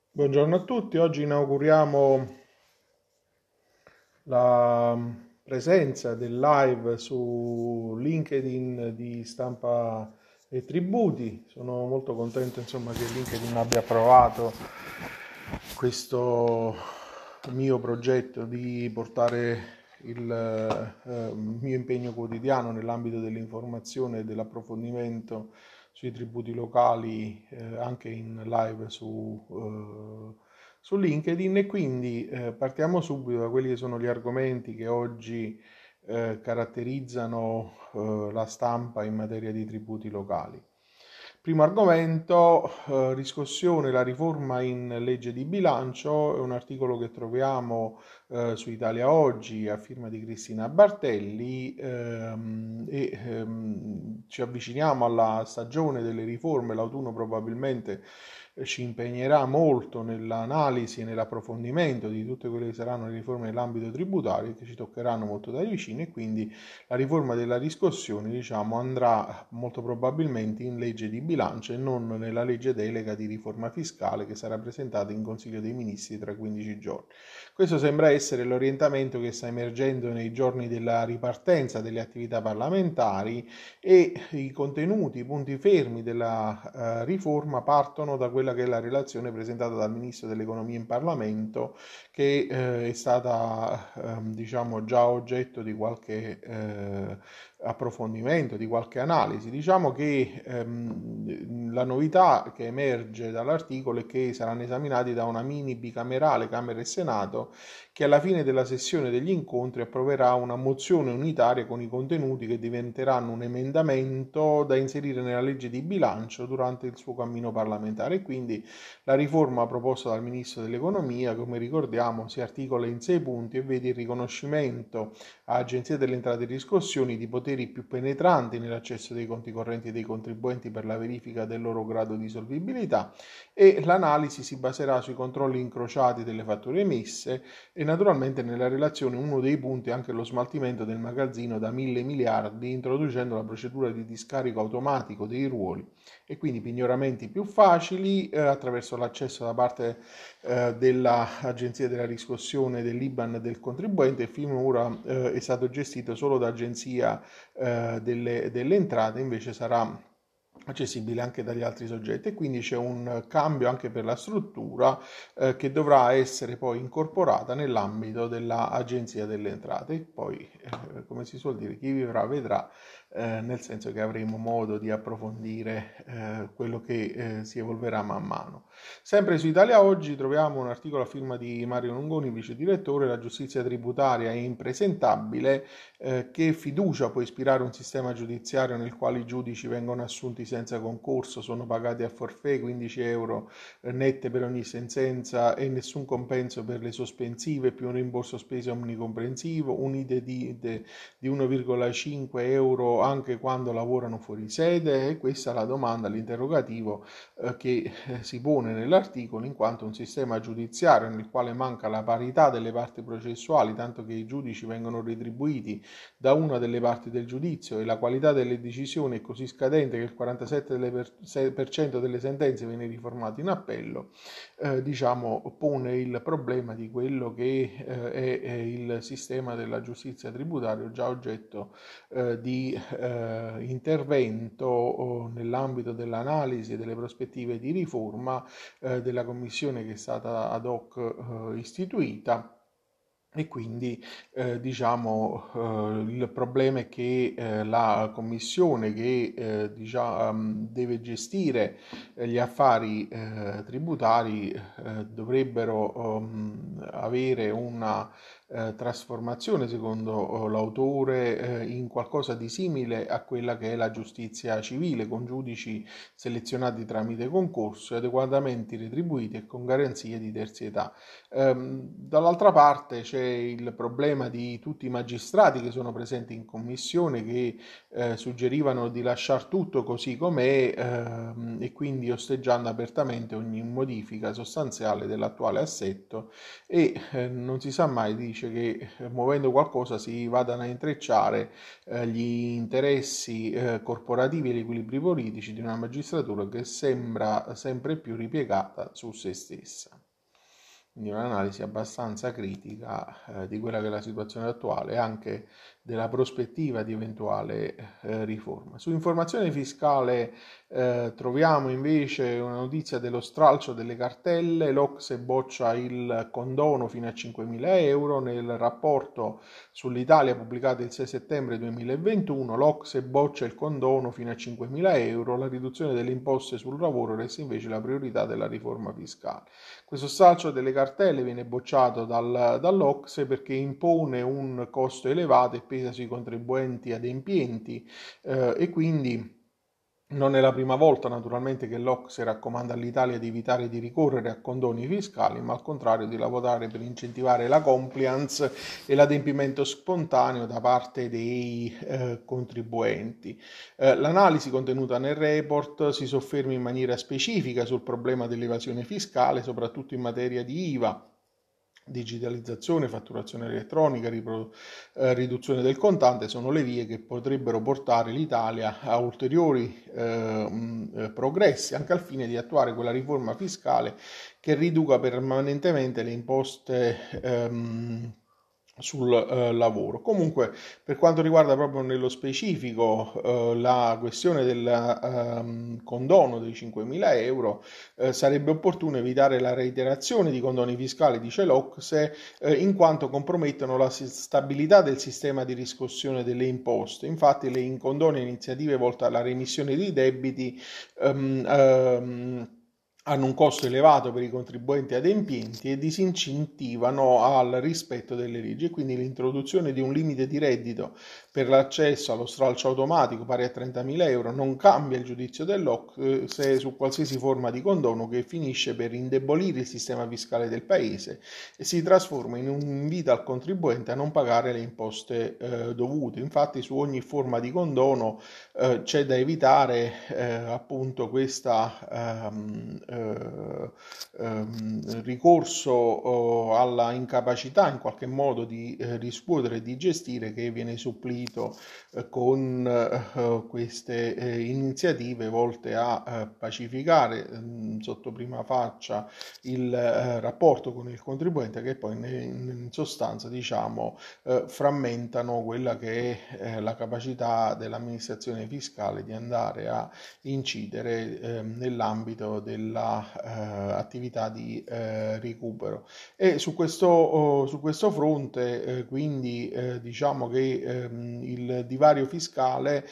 Buongiorno a tutti, oggi inauguriamo la presenza del live su LinkedIn di Stampa e Tributi. Sono molto contento insomma, che LinkedIn abbia approvato questo mio progetto di portare il mio impegno quotidiano nell'ambito dell'informazione e dell'approfondimento sui tributi locali anche in live su LinkedIn e quindi partiamo subito da quelli che sono gli argomenti che oggi caratterizzano la stampa in materia di tributi locali. Primo argomento, riscossione, la riforma in legge di bilancio, è un articolo che troviamo su Italia Oggi a firma di Cristina Bartelli ci avviciniamo alla stagione delle riforme, l'autunno probabilmente ci impegnerà molto nell'analisi e nell'approfondimento di tutte quelle che saranno le riforme nell'ambito tributario che ci toccheranno molto da vicino e quindi la riforma della riscossione, diciamo, andrà molto probabilmente in legge di bilancio e non nella legge delega di riforma fiscale che sarà presentata in Consiglio dei Ministri tra 15 giorni. Questo sembra essere l'orientamento che sta emergendo nei giorni della ripartenza delle attività parlamentari e i contenuti, i punti fermi della riforma partono da quella che è la relazione presentata dal Ministro dell'Economia in Parlamento che è stata diciamo già oggetto di qualche approfondimento, di qualche analisi. Diciamo che la novità che emerge dall'articolo è che saranno esaminati da una mini bicamerale Camera e Senato che alla fine della sessione degli incontri approverà una mozione unitaria con i contenuti che diventeranno un emendamento da inserire nella legge di bilancio durante il suo cammino parlamentare e quindi la riforma proposta dal Ministro dell'Economia, come ricordiamo, si articola in 6 punti e vede il riconoscimento a Agenzia delle Entrate e Riscossioni di poteri più penetranti nell'accesso dei conti correnti dei contribuenti per la verifica del loro grado di solvibilità e l'analisi si baserà sui controlli incrociati delle fatture emesse e naturalmente nella relazione uno dei punti è anche lo smaltimento del magazzino da 1.000 miliardi introducendo la procedura di discarico automatico dei ruoli e quindi pignoramenti più facili attraverso l'accesso da parte dell'Agenzia della riscossione dell'IBAN del contribuente. Il finora è stato gestito solo da Agenzia delle Entrate, invece sarà accessibile anche dagli altri soggetti e quindi c'è un cambio anche per la struttura che dovrà essere poi incorporata nell'ambito dell'Agenzia delle Entrate e poi come si suol dire chi vivrà vedrà nel senso che avremo modo di approfondire quello che si evolverà man mano. Sempre su Italia Oggi troviamo un articolo a firma di Mario Longoni, vice direttore, la giustizia tributaria è impresentabile, che fiducia può ispirare un sistema giudiziario nel quale i giudici vengono assunti senza concorso, sono pagati a forfait 15 euro nette per ogni sentenza e nessun compenso per le sospensive più un rimborso spese omnicomprensivo, un IDE di 1,5 euro anche quando lavorano fuori sede e questa è la domanda, l'interrogativo che si pone nell'articolo in quanto un sistema giudiziario nel quale manca la parità delle parti processuali, tanto che i giudici vengono retribuiti da una delle parti del giudizio e la qualità delle decisioni è così scadente che il 47% delle sentenze viene riformato in appello, diciamo, pone il problema di quello che è il sistema della giustizia tributaria già oggetto di intervento nell'ambito dell'analisi e delle prospettive di riforma della commissione che è stata ad hoc istituita. E quindi diciamo il problema è che la commissione che deve gestire gli affari tributari dovrebbero avere una trasformazione, secondo l'autore, in qualcosa di simile a quella che è la giustizia civile, con giudici selezionati tramite concorso, adeguatamente retribuiti e con garanzie di terzietà. Dall'altra parte c'è c'è il problema di tutti i magistrati che sono presenti in commissione che suggerivano di lasciare tutto così com'è e quindi osteggiando apertamente ogni modifica sostanziale dell'attuale assetto e non si sa mai, dice che muovendo qualcosa si vadano a intrecciare gli interessi corporativi e gli equilibri politici di una magistratura che sembra sempre più ripiegata su se stessa. Quindi un'analisi abbastanza critica di quella che è la situazione attuale e anche della prospettiva di eventuale riforma. Su informazione fiscale troviamo invece una notizia dello stralcio delle cartelle, l'OCSE boccia il condono fino a 5.000 euro. Nel rapporto sull'Italia pubblicato il 6 settembre 2021, l'OCSE boccia il condono fino a 5.000 euro, la riduzione delle imposte sul lavoro resta invece la priorità della riforma fiscale. Questo stralcio delle cartelle viene bocciato dall'OCSE perché impone un costo elevato e pesa sui contribuenti adempienti e quindi non è la prima volta naturalmente che l'OCSE raccomanda all'Italia di evitare di ricorrere a condoni fiscali, ma al contrario di lavorare per incentivare la compliance e l'adempimento spontaneo da parte dei contribuenti. L'analisi contenuta nel report si sofferma in maniera specifica sul problema dell'evasione fiscale, soprattutto in materia di IVA, digitalizzazione, fatturazione elettronica, riduzione del contante sono le vie che potrebbero portare l'Italia a ulteriori progressi anche al fine di attuare quella riforma fiscale che riduca permanentemente le imposte sul lavoro. Comunque, per quanto riguarda proprio nello specifico la questione del condono dei 5.000 euro, sarebbe opportuno evitare la reiterazione di condoni fiscali, dice l'OCSE, in quanto compromettono la stabilità del sistema di riscossione delle imposte. Infatti le condoni e iniziative volte alla remissione di debiti hanno un costo elevato per i contribuenti adempienti e disincentivano al rispetto delle leggi e quindi l'introduzione di un limite di reddito per l'accesso allo stralcio automatico pari a 30.000 euro non cambia il giudizio dell'OCSE su qualsiasi forma di condono che finisce per indebolire il sistema fiscale del paese e si trasforma in un invito al contribuente a non pagare le imposte dovute. Infatti su ogni forma di condono c'è da evitare appunto questa ricorso alla incapacità in qualche modo di riscuotere e di gestire che viene supplito con queste iniziative volte a pacificare sotto prima faccia il rapporto con il contribuente che poi in sostanza diciamo frammentano quella che è la capacità dell'amministrazione fiscale di andare a incidere nell'ambito della attività di recupero e su questo fronte quindi diciamo che il divario fiscale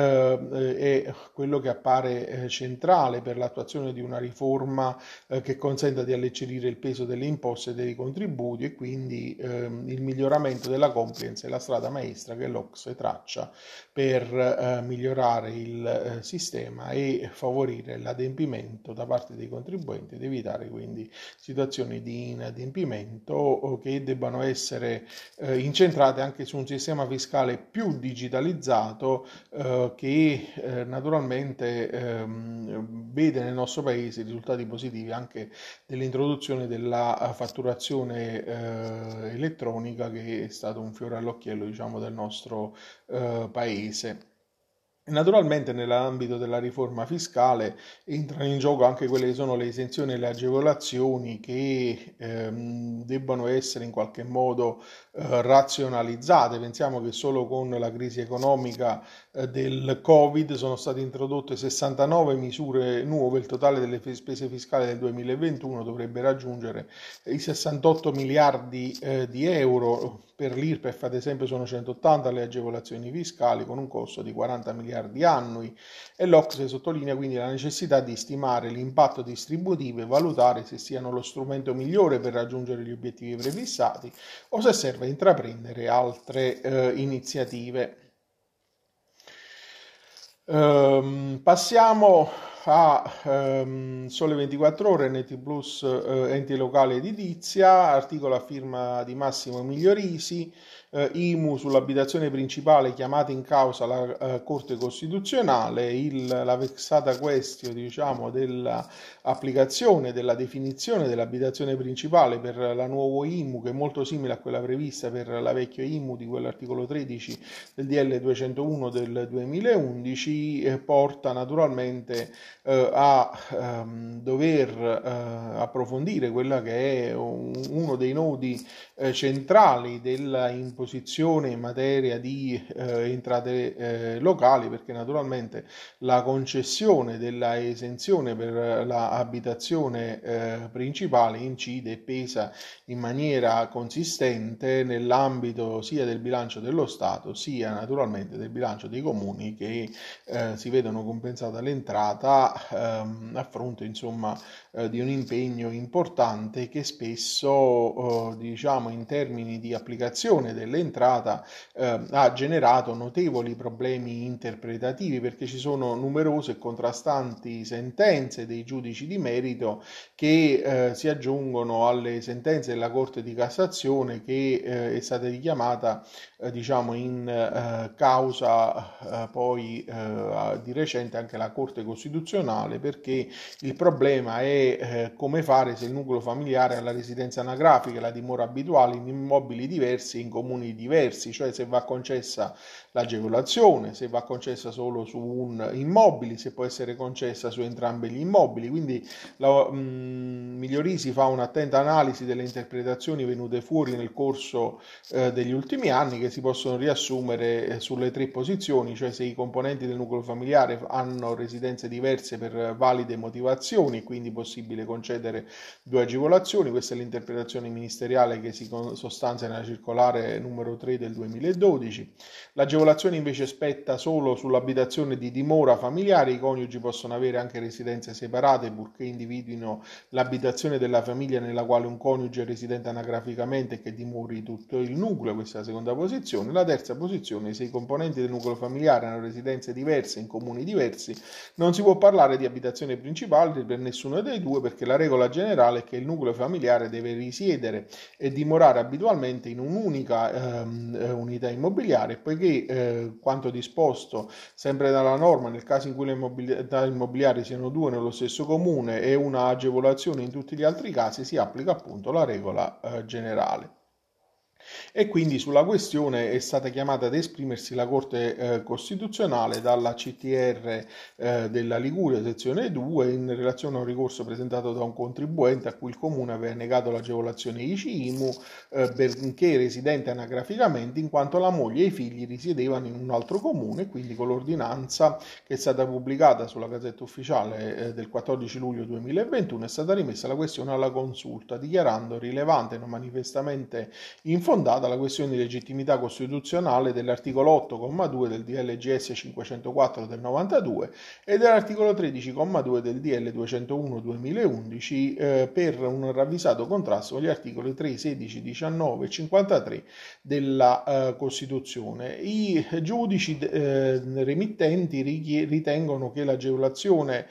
è quello che appare centrale per l'attuazione di una riforma che consenta di alleggerire il peso delle imposte e dei contributi e quindi il miglioramento della compliance è la strada maestra che l'OCSE traccia per migliorare il sistema e favorire l'adempimento da parte dei contribuenti ed evitare quindi situazioni di inadempimento che debbano essere incentrate anche su un sistema fiscale più digitalizzato che naturalmente vede nel nostro paese risultati positivi anche dell'introduzione della fatturazione elettronica che è stato un fiore all'occhiello diciamo del nostro paese. Naturalmente nell'ambito della riforma fiscale entrano in gioco anche quelle che sono le esenzioni e le agevolazioni che debbono essere in qualche modo razionalizzate. Pensiamo che solo con la crisi economica del Covid sono state introdotte 69 misure nuove, il totale delle spese fiscali del 2021 dovrebbe raggiungere i 68 miliardi di euro. Per l'IRPEF ad esempio sono 180 le agevolazioni fiscali con un costo di 40 miliardi annui e l'OCSE sottolinea quindi la necessità di stimare l'impatto distributivo e valutare se siano lo strumento migliore per raggiungere gli obiettivi prefissati o se serve intraprendere altre iniziative. Passiamo a Sole 24 Ore, NT Plus, enti locali edilizia, articolo a firma di Massimo Migliorisi, IMU sull'abitazione principale chiamata in causa la Corte Costituzionale, la vexata question, diciamo, dell'applicazione della definizione dell'abitazione principale per la nuova IMU, che è molto simile a quella prevista per la vecchia IMU di quell'articolo 13 del DL 201 del 2011, porta naturalmente a dover approfondire quella che è uno dei nodi centrali della imposizione in materia di entrate locali, perché naturalmente la concessione della esenzione per l'abitazione principale incide e pesa in maniera consistente nell'ambito sia del bilancio dello Stato sia naturalmente del bilancio dei comuni, che si vedono compensata l'entrata a fronte, insomma, di un impegno importante che spesso, diciamo, in termini di applicazione dell'entrata ha generato notevoli problemi interpretativi, perché ci sono numerose e contrastanti sentenze dei giudici di merito che si aggiungono alle sentenze della Corte di Cassazione, che è stata richiamata diciamo in causa poi di recente anche la Corte Costituzionale, perché il problema è come fare se il nucleo familiare ha la residenza anagrafica e la dimora abituale in immobili diversi, in comuni diversi, cioè se va concessa l'agevolazione, se va concessa solo su un immobile, se può essere concessa su entrambi gli immobili. Quindi Migliorisi fa un'attenta analisi delle interpretazioni venute fuori nel corso degli ultimi anni, che si possono riassumere sulle tre posizioni, cioè se i componenti del nucleo familiare hanno residenze diverse per valide motivazioni, quindi possibile concedere due agevolazioni. Questa è l'interpretazione ministeriale che si sostanzia nella circolare numero 3 del 2012. L'agevolazione invece spetta solo sull'abitazione di dimora familiare. I coniugi possono avere anche residenze separate purché individuino l'abitazione della famiglia nella quale un coniuge è residente anagraficamente e che dimori tutto il nucleo. Questa è la seconda posizione. La terza posizione: se i componenti del nucleo familiare hanno residenze diverse in comuni diversi, non si può parlare di abitazione principale per nessuno dei due, perché la regola generale è che il nucleo familiare deve risiedere e dimorare abitualmente in un'unica unità immobiliare, poiché quanto disposto sempre dalla norma nel caso in cui le unità immobiliari siano due nello stesso comune e una agevolazione in tutti gli altri casi, si applica appunto la regola generale. E quindi sulla questione è stata chiamata ad esprimersi la Corte Costituzionale dalla CTR della Liguria, sezione 2, in relazione a un ricorso presentato da un contribuente a cui il comune aveva negato l'agevolazione ICI-IMU benché residente anagraficamente, in quanto la moglie e i figli risiedevano in un altro comune. Quindi con l'ordinanza che è stata pubblicata sulla Gazzetta Ufficiale del 14 luglio 2021 è stata rimessa la questione alla consulta, dichiarando rilevante e non manifestamente infondata la questione di legittimità costituzionale dell'articolo 8,2 del DLGS 504 del 92 e dell'articolo 13,2 del DL 201 2011 per un ravvisato contrasto con gli articoli 3, 16, 19 e 53 della Costituzione. I giudici remittenti ritengono che l'agevolazione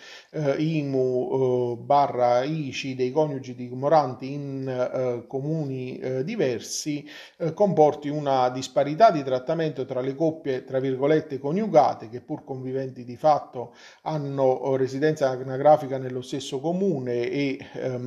IMU barra ICI dei coniugi dimoranti in comuni diversi comporti una disparità di trattamento tra le coppie, tra virgolette, coniugate, che pur conviventi di fatto hanno residenza anagrafica nello stesso comune e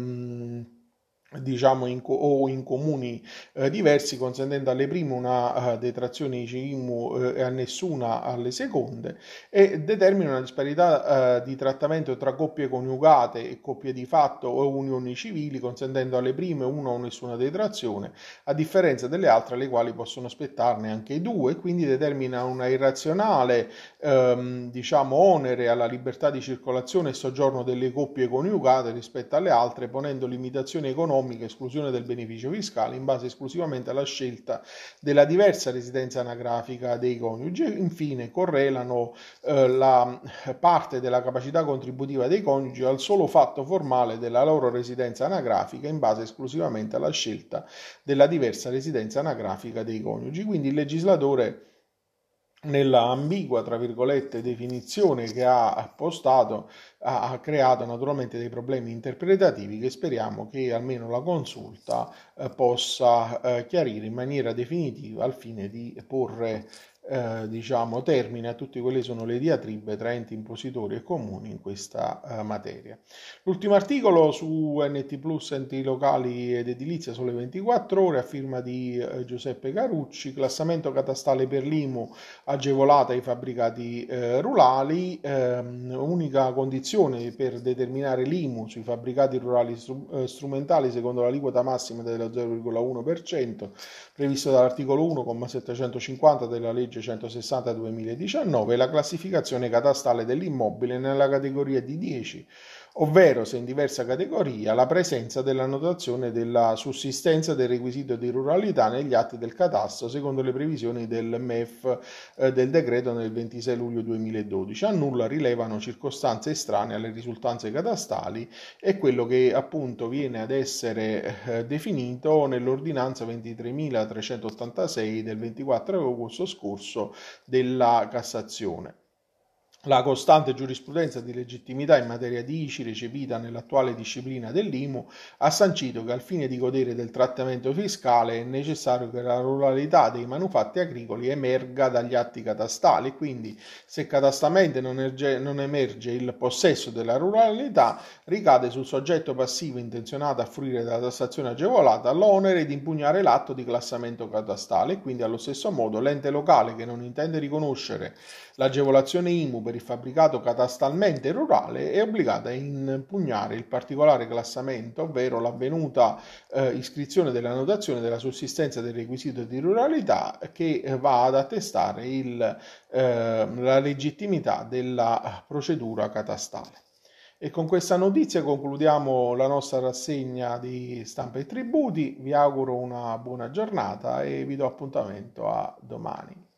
diciamo o in comuni diversi, consentendo alle prime una detrazione ICI-IMU e a nessuna alle seconde, e determina una disparità di trattamento tra coppie coniugate e coppie di fatto o unioni civili, consentendo alle prime una o nessuna detrazione, a differenza delle altre, alle quali possono spettarne anche due. Quindi determina una irrazionale diciamo onere alla libertà di circolazione e soggiorno delle coppie coniugate rispetto alle altre, ponendo limitazioni economiche, esclusione del beneficio fiscale in base esclusivamente alla scelta della diversa residenza anagrafica dei coniugi. Infine correlano la parte della capacità contributiva dei coniugi al solo fatto formale della loro residenza anagrafica in base esclusivamente alla scelta della diversa residenza anagrafica dei coniugi. Quindi il legislatore nella ambigua, tra virgolette, definizione che ha postato, ha creato naturalmente dei problemi interpretativi che speriamo che almeno la consulta possa chiarire in maniera definitiva al fine di porre diciamo, termine a tutte quelle che sono le diatribe tra enti impositori e comuni in questa materia. L'ultimo articolo su NT Plus, enti locali ed edilizia, Sole 24 Ore, a firma di Giuseppe Carucci, classamento catastale per l'IMU agevolata ai fabbricati rurali, unica condizione per determinare l'IMU sui fabbricati rurali strumentali secondo l'aliquota massima dello 0,1% previsto dall'articolo 1,750 della legge 160 2019 la classificazione catastale dell'immobile nella categoria di 10, ovvero se in diversa categoria la presenza della notazione della sussistenza del requisito di ruralità negli atti del catasto secondo le previsioni del MEF del decreto del 26 luglio 2012. A nulla rilevano circostanze estranee alle risultanze catastali e quello che appunto viene ad essere definito nell'ordinanza 23.386 del 24 agosto scorso della Cassazione. La costante giurisprudenza di legittimità in materia di ICI recepita nell'attuale disciplina dell'IMU ha sancito che al fine di godere del trattamento fiscale è necessario che la ruralità dei manufatti agricoli emerga dagli atti catastali, quindi se catastamente non emerge il possesso della ruralità ricade sul soggetto passivo intenzionato a fruire della tassazione agevolata l'onere di impugnare l'atto di classamento catastale e quindi allo stesso modo l'ente locale che non intende riconoscere l'agevolazione IMU per il fabbricato catastalmente rurale è obbligata a impugnare il particolare classamento, ovvero l'avvenuta iscrizione della notazione della sussistenza del requisito di ruralità che va ad attestare la legittimità della procedura catastale. E con questa notizia concludiamo la nostra rassegna di Stampa e Tributi. Vi auguro una buona giornata e vi do appuntamento a domani.